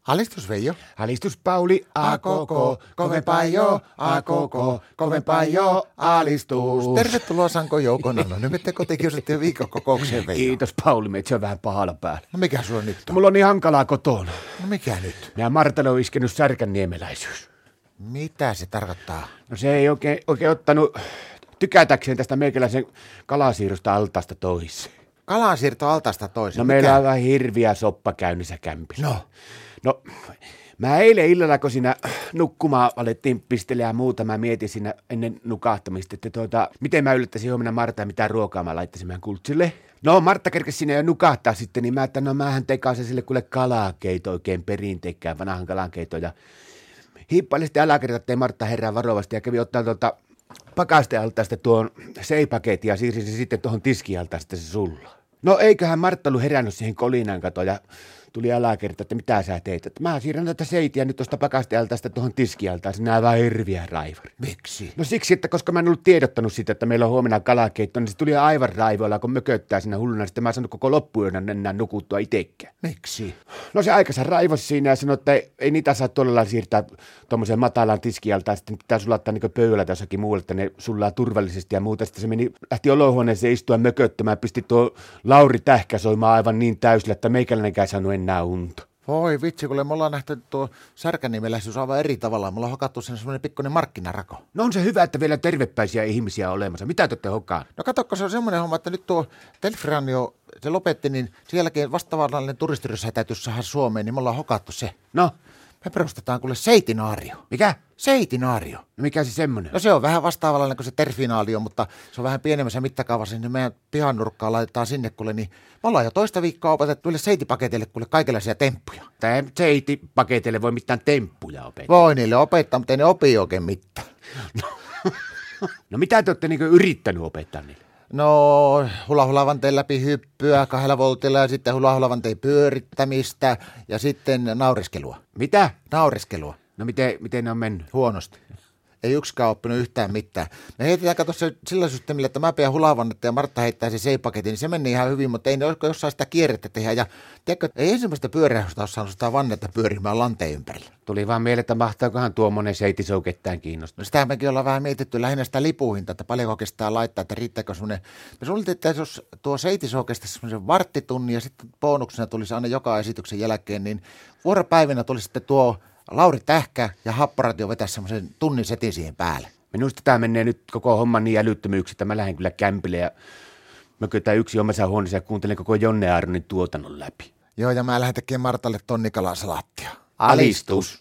Alistus Veijo. Alistus Pauli, a koko, kovempaa jo, a koko, kovempaa jo, alistus. Tervetuloa Sanko Joukona. No nyt te kotikiusattiin viikon kokoukseen, Veijo. Kiitos Pauli, meitä on vähän pahalla päällä. No mikä sulla nyt on? Mulla on niin hankalaa kotona. No mikä nyt? Minä Martalle on iskenut särkänniemeläisyys. Mitä se tarkoittaa? No se ei oikein ottanut tykätäkseen tästä meikäläisen kalasiirrosta altaasta toiseen. Kalansiirto altaasta toiseen. No meillä on vähän hirviä soppa käynnissä kämpillä. No, mä eilen illalla, kun siinä nukkumaan alettiin pistelemään ja muuta, mä mietin siinä ennen nukahtamista, että miten mä yllättäisin huomenna Martaa, mitä ruokaa mä laittaisin meidän kultsille. No Martta kerkesi sinne jo nukahtaa sitten, niin mä että no mähän tekasin sille kuule kalakeito oikein perinteikään, vanhan kalakeito. Ja hiippailin sitten alakerta, ettei Martta herää varovasti ja kävi ottaa pakastealtaasta tuon seipaketin ja siirsin se sitten tuohon tiskialtaasta se sulla. No eiköhän Martta ollut herännyt siihen kolinaan katoon ja tuli alakerta, että mitä sä teet. Että mä siirrän tätä seitiä nyt tuosta pakastealtaasta tuohon tiskialtaan, sinä aivan hirviä raivari. Miksi? No siksi, että koska mä en ollut tiedottanut siitä, että meillä on huomenna kalakeitto, niin se tuli aivan raivoilla, kun mököttää siinä hulluna. Sitten mä en saanut koko loppuyönä enää nukuttua itsekään. Miksi? No se aikansa raivos siinä ja sanoi, että ei niitä saa tuolla siirtää tuommoiseen matalaan tiskialtaan. Sitten pitää sulattaa niin pöydällä jossakin muualle, että ne sullaa turvallisesti ja muuta. Sitten se lähti olohuoneeseen istua mököttämään, pisti tuo Lauri Tähkä soimaan aivan niin täysillä, että meikäläinenkään saanut enää unta. Voi vitsi, kun me ollaan nähty tuo särkänniemeläisyys aivan eri tavalla. Me ollaan hokattu sen semmoinen pikkuinen markkinarako. No on se hyvä, että vielä tervepäisiä ihmisiä on olemassa. Mitä te olette hokaan? No katsokko, se on semmoinen homma, että nyt tuo Telfranio, se lopetti, niin sen jälkeen vastaavallinen turistiryhmä täytyisi saada Suomeen, niin me ollaan hokattu se. No? Me perustetaan kuule seitinaario. Mikä? Seitinaario. No mikä se semmoinen? No se on vähän vastaavallinen kuin se terfinaalio, mutta se on vähän pienemmässä mittakaavassa, niin meidän pihannurkkaa laitetaan sinne kuule, niin me ollaan jo toista viikkoa opetettu niille seitipaketeille kuule kaikenlaisia temppuja. Tämä seitipaketeille voi mitään temppuja opettaa. Voi niille opettaa, mutta ei ne opi oikein mitään. No mitä te olette niinku yrittänyt opettaa niille? No hula-hulavanteen läpi hyppyä 2 voltilla ja sitten hula-hulavanteen pyörittämistä ja sitten naureskelua. Mitä? Naureskelua. No miten ne on mennyt? Huonosti. Ei yksikään oppinut yhtään mitään. Me heitetään katso sillä systeemillä, että mä pidän hulavannetta ja Martta heittää se seipaketin, niin se meni ihan hyvin, mutta ei ne olisiko jossain sitä kierrettä tehdä. Ja tiedätkö, ei ensimmäistä pyöräystä ole saanut sitä vannetta pyörimään lanteen ympärillä. Tuli vaan mieleen, että mahtaakohan tuommoinen seitisou ketään kiinnostaa. No sitä mekin ollaan vähän mietitty lähinnä sitä lipuhinta, että paljonko kestää laittaa, että riittääkö semmoinen. Me suunniteltiin, että jos tuo seitisou kestäisi semmoisen varttitunnin ja sitten bonuksena tulisi aina joka esityksen jälkeen, niin vuoropäivinä tuli sitten tuo Lauri Tähkä ja Happoratio vetäisi semmoisen tunnin setin siihen päälle. Minusta tämä menee nyt koko homman niin älyttömyyksi, että mä lähden kyllä kämpille ja mökötään yksi omassa huoneessa ja kuuntelen koko Jonne Aronin tuotannon läpi. Joo, ja mä lähden tekemään Martalle tonnikalasalaattia. Alistus!